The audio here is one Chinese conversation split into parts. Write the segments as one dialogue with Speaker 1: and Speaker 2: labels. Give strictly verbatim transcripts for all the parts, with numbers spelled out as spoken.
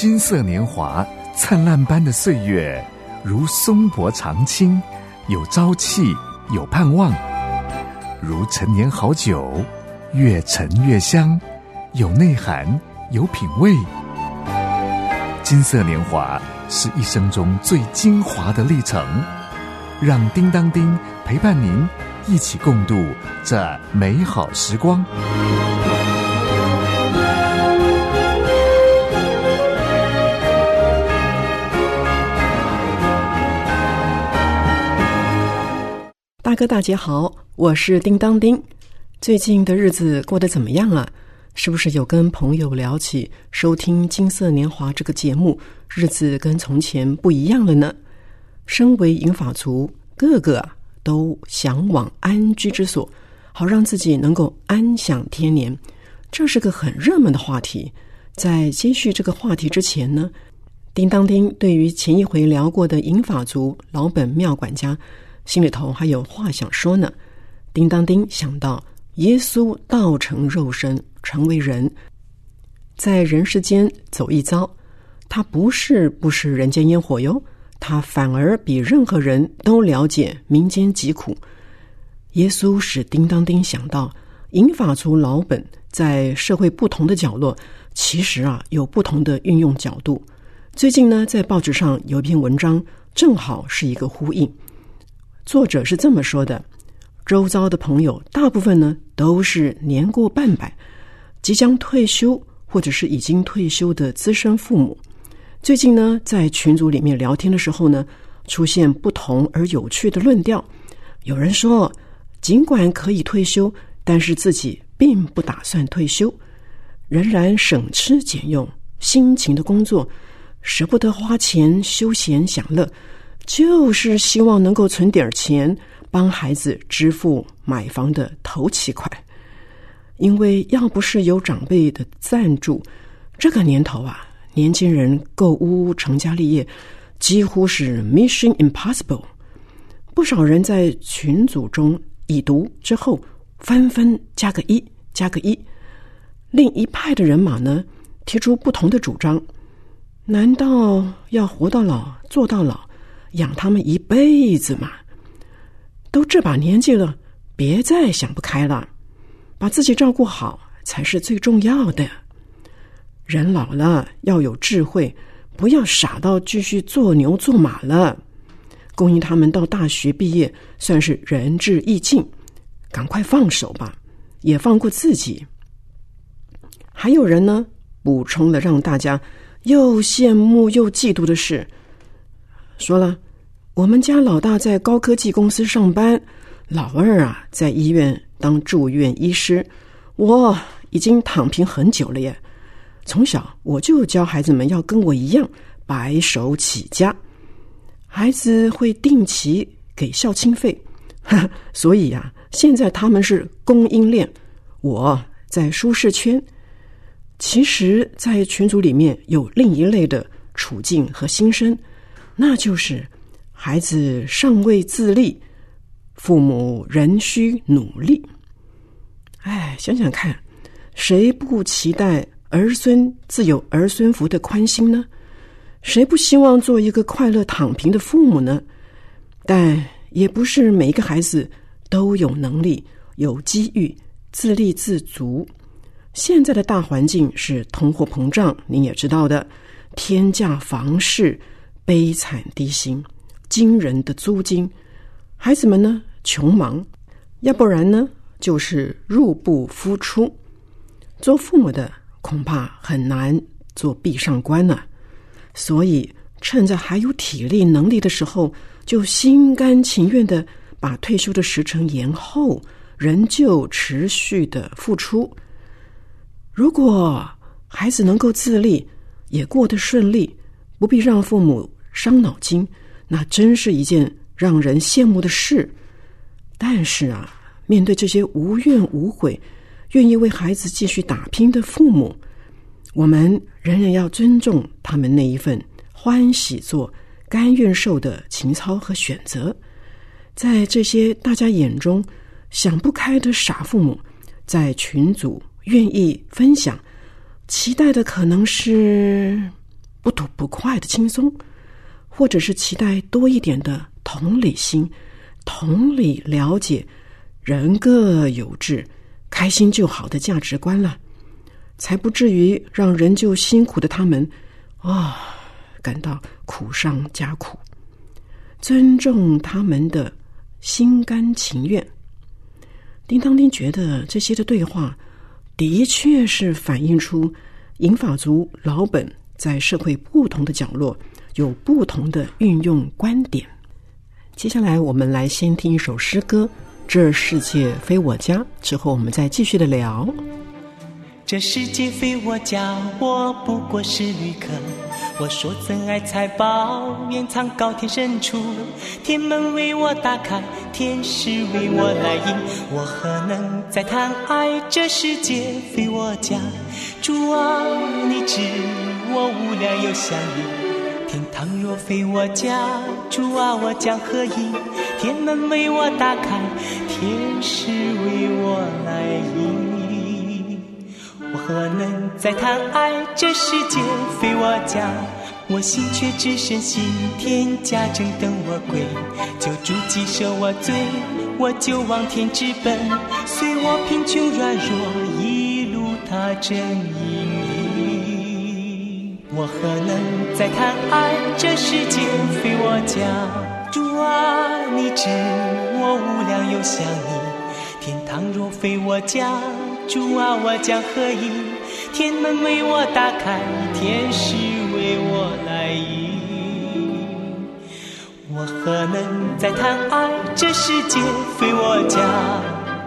Speaker 1: 金色年华，灿烂般的岁月，如松柏长青，有朝气，有盼望；如陈年好酒，越陈越香，有内涵，有品味。金色年华是一生中最精华的历程，让叮当叮陪伴您一起共度这美好时光。
Speaker 2: 大哥大姐好，我是叮当叮。最近的日子过得怎么样啊？是不是有跟朋友聊起收听金色年华这个节目，日子跟从前不一样了呢？身为银发族，个个啊都向往安居之所，好让自己能够安享天年，这是个很热门的话题。在接续这个话题之前呢，叮当叮对于前一回聊过的银发族老本庙管家心里头还有话想说呢。叮当叮想到耶稣道成肉身，成为人，在人世间走一遭，他不是不食人间烟火哟，他反而比任何人都了解民间疾苦。耶稣使叮当叮想到银发族老本在社会不同的角落，其实啊有不同的运用角度。最近呢，在报纸上有一篇文章，正好是一个呼应。作者是这么说的：周遭的朋友大部分呢都是年过半百，即将退休或者是已经退休的资深父母。最近呢，在群组里面聊天的时候呢，出现不同而有趣的论调。有人说，尽管可以退休，但是自己并不打算退休，仍然省吃俭用，辛勤的工作，舍不得花钱休闲享乐，就是希望能够存点钱，帮孩子支付买房的头期款。因为要不是有长辈的赞助，这个年头啊，年轻人购屋成家立业几乎是 Mission Impossible。 不少人在群组中已读之后纷纷加个一加个一。另一派的人马呢，提出不同的主张。难道要活到老做到老，养他们一辈子嘛？都这把年纪了，别再想不开了，把自己照顾好才是最重要的。人老了要有智慧，不要傻到继续做牛做马了。供应他们到大学毕业，算是仁至义尽，赶快放手吧，也放过自己。还有人呢，补充了让大家又羡慕又嫉妒的事，说了，我们家老大在高科技公司上班，老二啊在医院当住院医师，我已经躺平很久了耶。从小我就教孩子们要跟我一样白手起家，孩子会定期给孝亲费，所以啊，现在他们是供应链，我在舒适圈。其实在群组里面有另一类的处境和心声，那就是孩子尚未自立，父母仍需努力。哎，想想看，谁不期待儿孙自有儿孙福的宽心呢？谁不希望做一个快乐躺平的父母呢？但也不是每一个孩子都有能力、有机遇、自立自足。现在的大环境是通货膨胀，您也知道的，天价房市，悲惨低薪，惊人的租金，孩子们呢穷忙，要不然呢就是入不敷出。做父母的恐怕很难做壁上观了、啊，所以趁着还有体力能力的时候，就心甘情愿的把退休的时程延后，仍旧持续的付出。如果孩子能够自立，也过得顺利，不必让父母伤脑筋，那真是一件让人羡慕的事。但是啊，面对这些无怨无悔，愿意为孩子继续打拼的父母，我们仍然要尊重他们那一份欢喜做、甘愿受的情操和选择。在这些大家眼中想不开的傻父母，在群组愿意分享，期待的可能是不吐不快的轻松，或者是期待多一点的同理心，同理了解人各有志，开心就好的价值观了，才不至于让人就辛苦的他们啊、哦、感到苦上加苦。尊重他们的心甘情愿。叮当丁觉得这些的对话的确是反映出银发族老本在社会不同的角落有不同的运用观点。接下来我们来先听一首诗歌《这世界非我家》，之后我们再继续的聊。
Speaker 3: 这世界非我家，我不过是旅客。我说怎爱财宝，掩藏高天深处。天门为我打开，天使为我来迎。我何能再谈爱？这世界非我家。主啊，你知我无聊又相依。天堂若非我家，主啊，我将何以？天门为我打开，天使为我来迎。我何能再谈爱？这世界非我家。我心却只深信天家正等我归。救主既赦我罪，我就往天直奔。虽我贫穷软弱，一路他正引领。我何能再谈爱？这世界非我家。主啊，你知我无量又相依。天堂若非我家，主啊，我将何以？天门为我打开，天使为我来迎。我何能再谈爱？这世界非我家。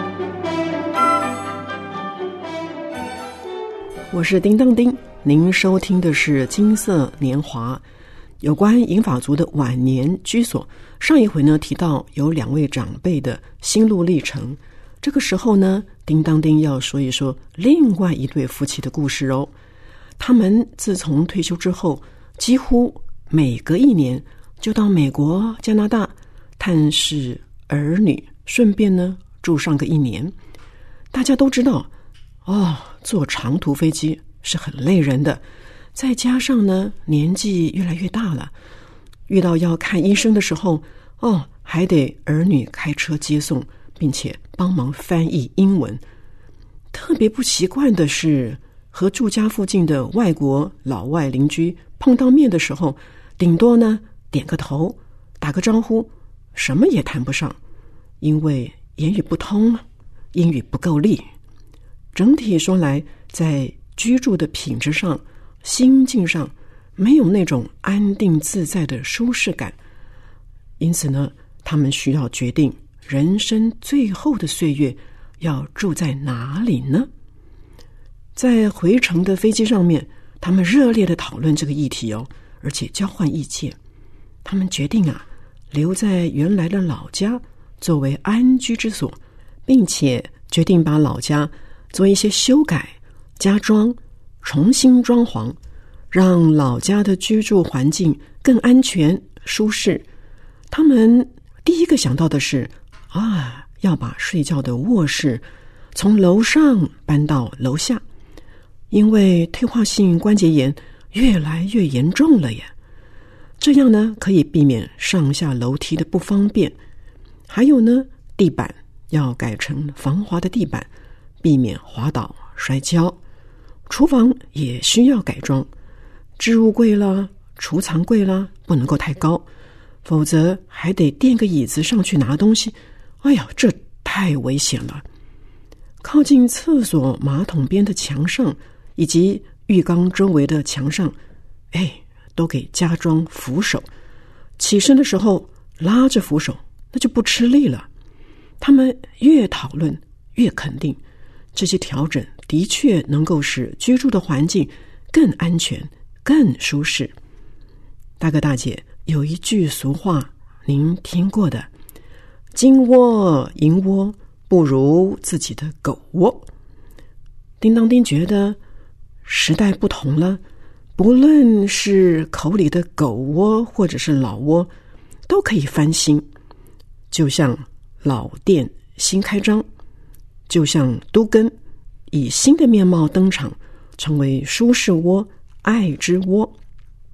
Speaker 2: 我是叮当丁，您收听的是金色年华。有关银发族的晚年居所，上一回呢提到有两位长辈的心路历程。这个时候呢，叮当丁要说一说另外一对夫妻的故事哦。他们自从退休之后，几乎每隔一年就到美国、加拿大探视儿女，顺便呢住上个一年。大家都知道，哦，坐长途飞机是很累人的，再加上呢年纪越来越大了，遇到要看医生的时候，哦，还得儿女开车接送，并且帮忙翻译英文。特别不习惯的是，和住家附近的外国老外邻居碰到面的时候，顶多呢点个头，打个招呼，什么也谈不上，因为言语不通，英语不够力。整体说来，在居住的品质上、心境上，没有那种安定自在的舒适感。因此呢，他们需要决定人生最后的岁月要住在哪里呢？在回程的飞机上面，他们热烈的讨论这个议题哦，而且交换意见。他们决定啊，留在原来的老家作为安居之所，并且决定把老家做一些修改、加装、重新装潢，让老家的居住环境更安全、舒适。他们第一个想到的是啊，要把睡觉的卧室从楼上搬到楼下，因为退化性关节炎越来越严重了耶。这样呢，可以避免上下楼梯的不方便。还有呢，地板要改成防滑的地板，避免滑倒摔跤。厨房也需要改装，置物柜啦、储藏柜啦，不能够太高，否则还得垫个椅子上去拿东西。哎呀，这太危险了。靠近厕所马桶边的墙上以及浴缸周围的墙上，哎，都给加装扶手，起身的时候拉着扶手，那就不吃力了。他们越讨论越肯定，这些调整的确能够使居住的环境更安全、更舒适。大哥大姐，有一句俗话您听过的，金窝银窝不如自己的狗窝。叮当丁觉得时代不同了，不论是口里的狗窝或者是老窝，都可以翻新。就像老店新开张，就像都更以新的面貌登场，成为舒适窝、爱之窝。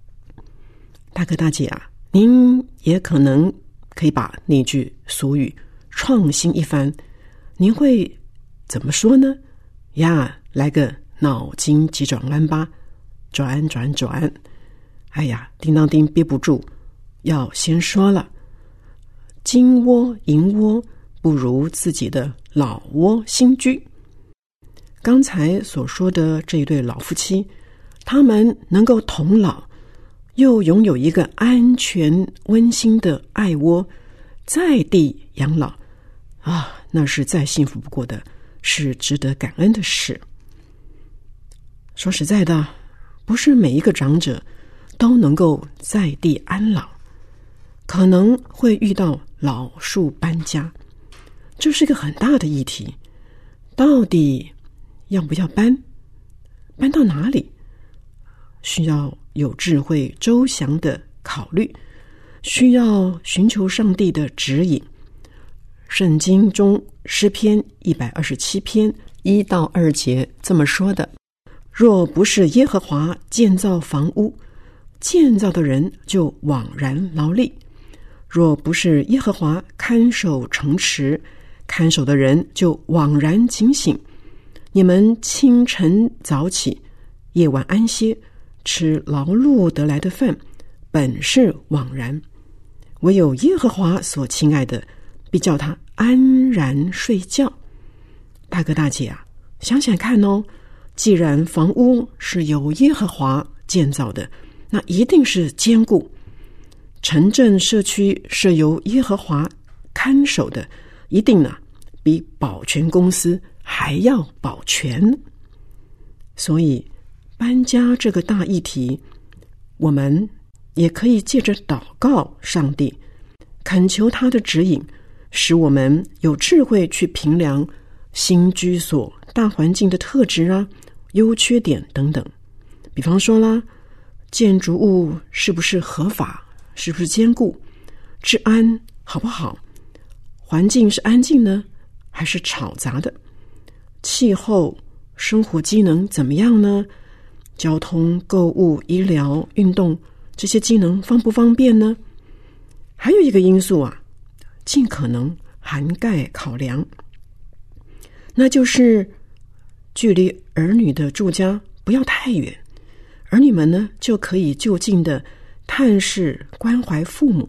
Speaker 2: 大哥大姐啊，您也可能可以把那句俗语创新一番，您会怎么说呢？呀，来个脑筋急转弯吧，转转转。哎呀，叮当叮憋不住，要先说了，金窝银窝不如自己的老窝新居。刚才所说的这一对老夫妻，他们能够同老，又拥有一个安全温馨的爱窝，在地养老啊，那是再幸福不过的，是值得感恩的事。说实在的，不是每一个长者都能够在地安老，可能会遇到老树搬家，这是一个很大的议题。到底要不要搬？搬到哪里？需要有智慧周详的考虑，需要寻求上帝的指引。圣经中诗篇一百二十七篇一到二节这么说的：若不是耶和华建造房屋，建造的人就枉然劳力；若不是耶和华看守城池，看守的人就枉然警醒。你们清晨早起，夜晚安歇，吃劳碌得来的饭，本是枉然。唯有耶和华所亲爱的，必叫他安然睡觉。大哥大姐啊，想想看哦，既然房屋是由耶和华建造的，那一定是坚固；城镇社区是由耶和华看守的，一定呢比保全公司还要保全。所以搬家这个大议题，我们也可以借着祷告上帝，恳求他的指引，使我们有智慧去评量新居所大环境的特质啊、优缺点等等。比方说啦，建筑物是不是合法，是不是坚固，治安好不好，环境是安静呢还是吵杂的，气候生活机能怎么样呢？交通、购物、医疗、运动，这些机能方不方便呢？还有一个因素啊，尽可能涵盖考量，那就是距离儿女的住家不要太远，儿女们呢就可以就近的探视关怀父母。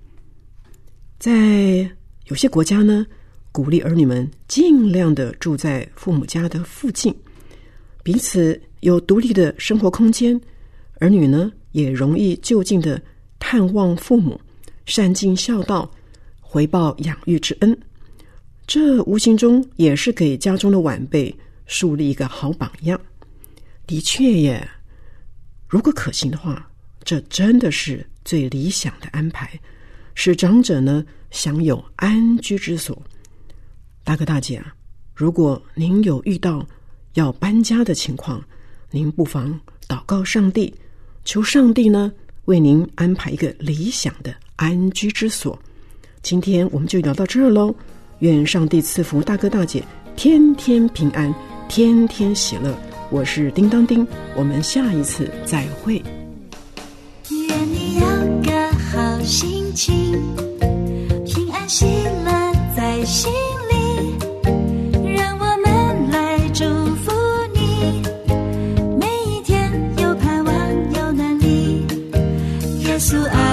Speaker 2: 在有些国家呢，鼓励儿女们尽量的住在父母家的附近，彼此有独立的生活空间，儿女呢也容易就近的探望父母，善尽孝道，回报养育之恩。这无形中也是给家中的晚辈树立一个好榜样。的确耶，如果可行的话，这真的是最理想的安排，使长者呢享有安居之所。大哥大姐啊，如果您有遇到要搬家的情况，您不妨祷告上帝，求上帝呢为您安排一个理想的安居之所。今天我们就聊到这儿咯，愿上帝赐福大哥大姐天天平安，天天喜乐。我是叮当叮，我们下一次再会。
Speaker 4: 愿你有个好心情，平安喜乐在心里，让我们来祝福你，每一天有盼望有能力，耶稣爱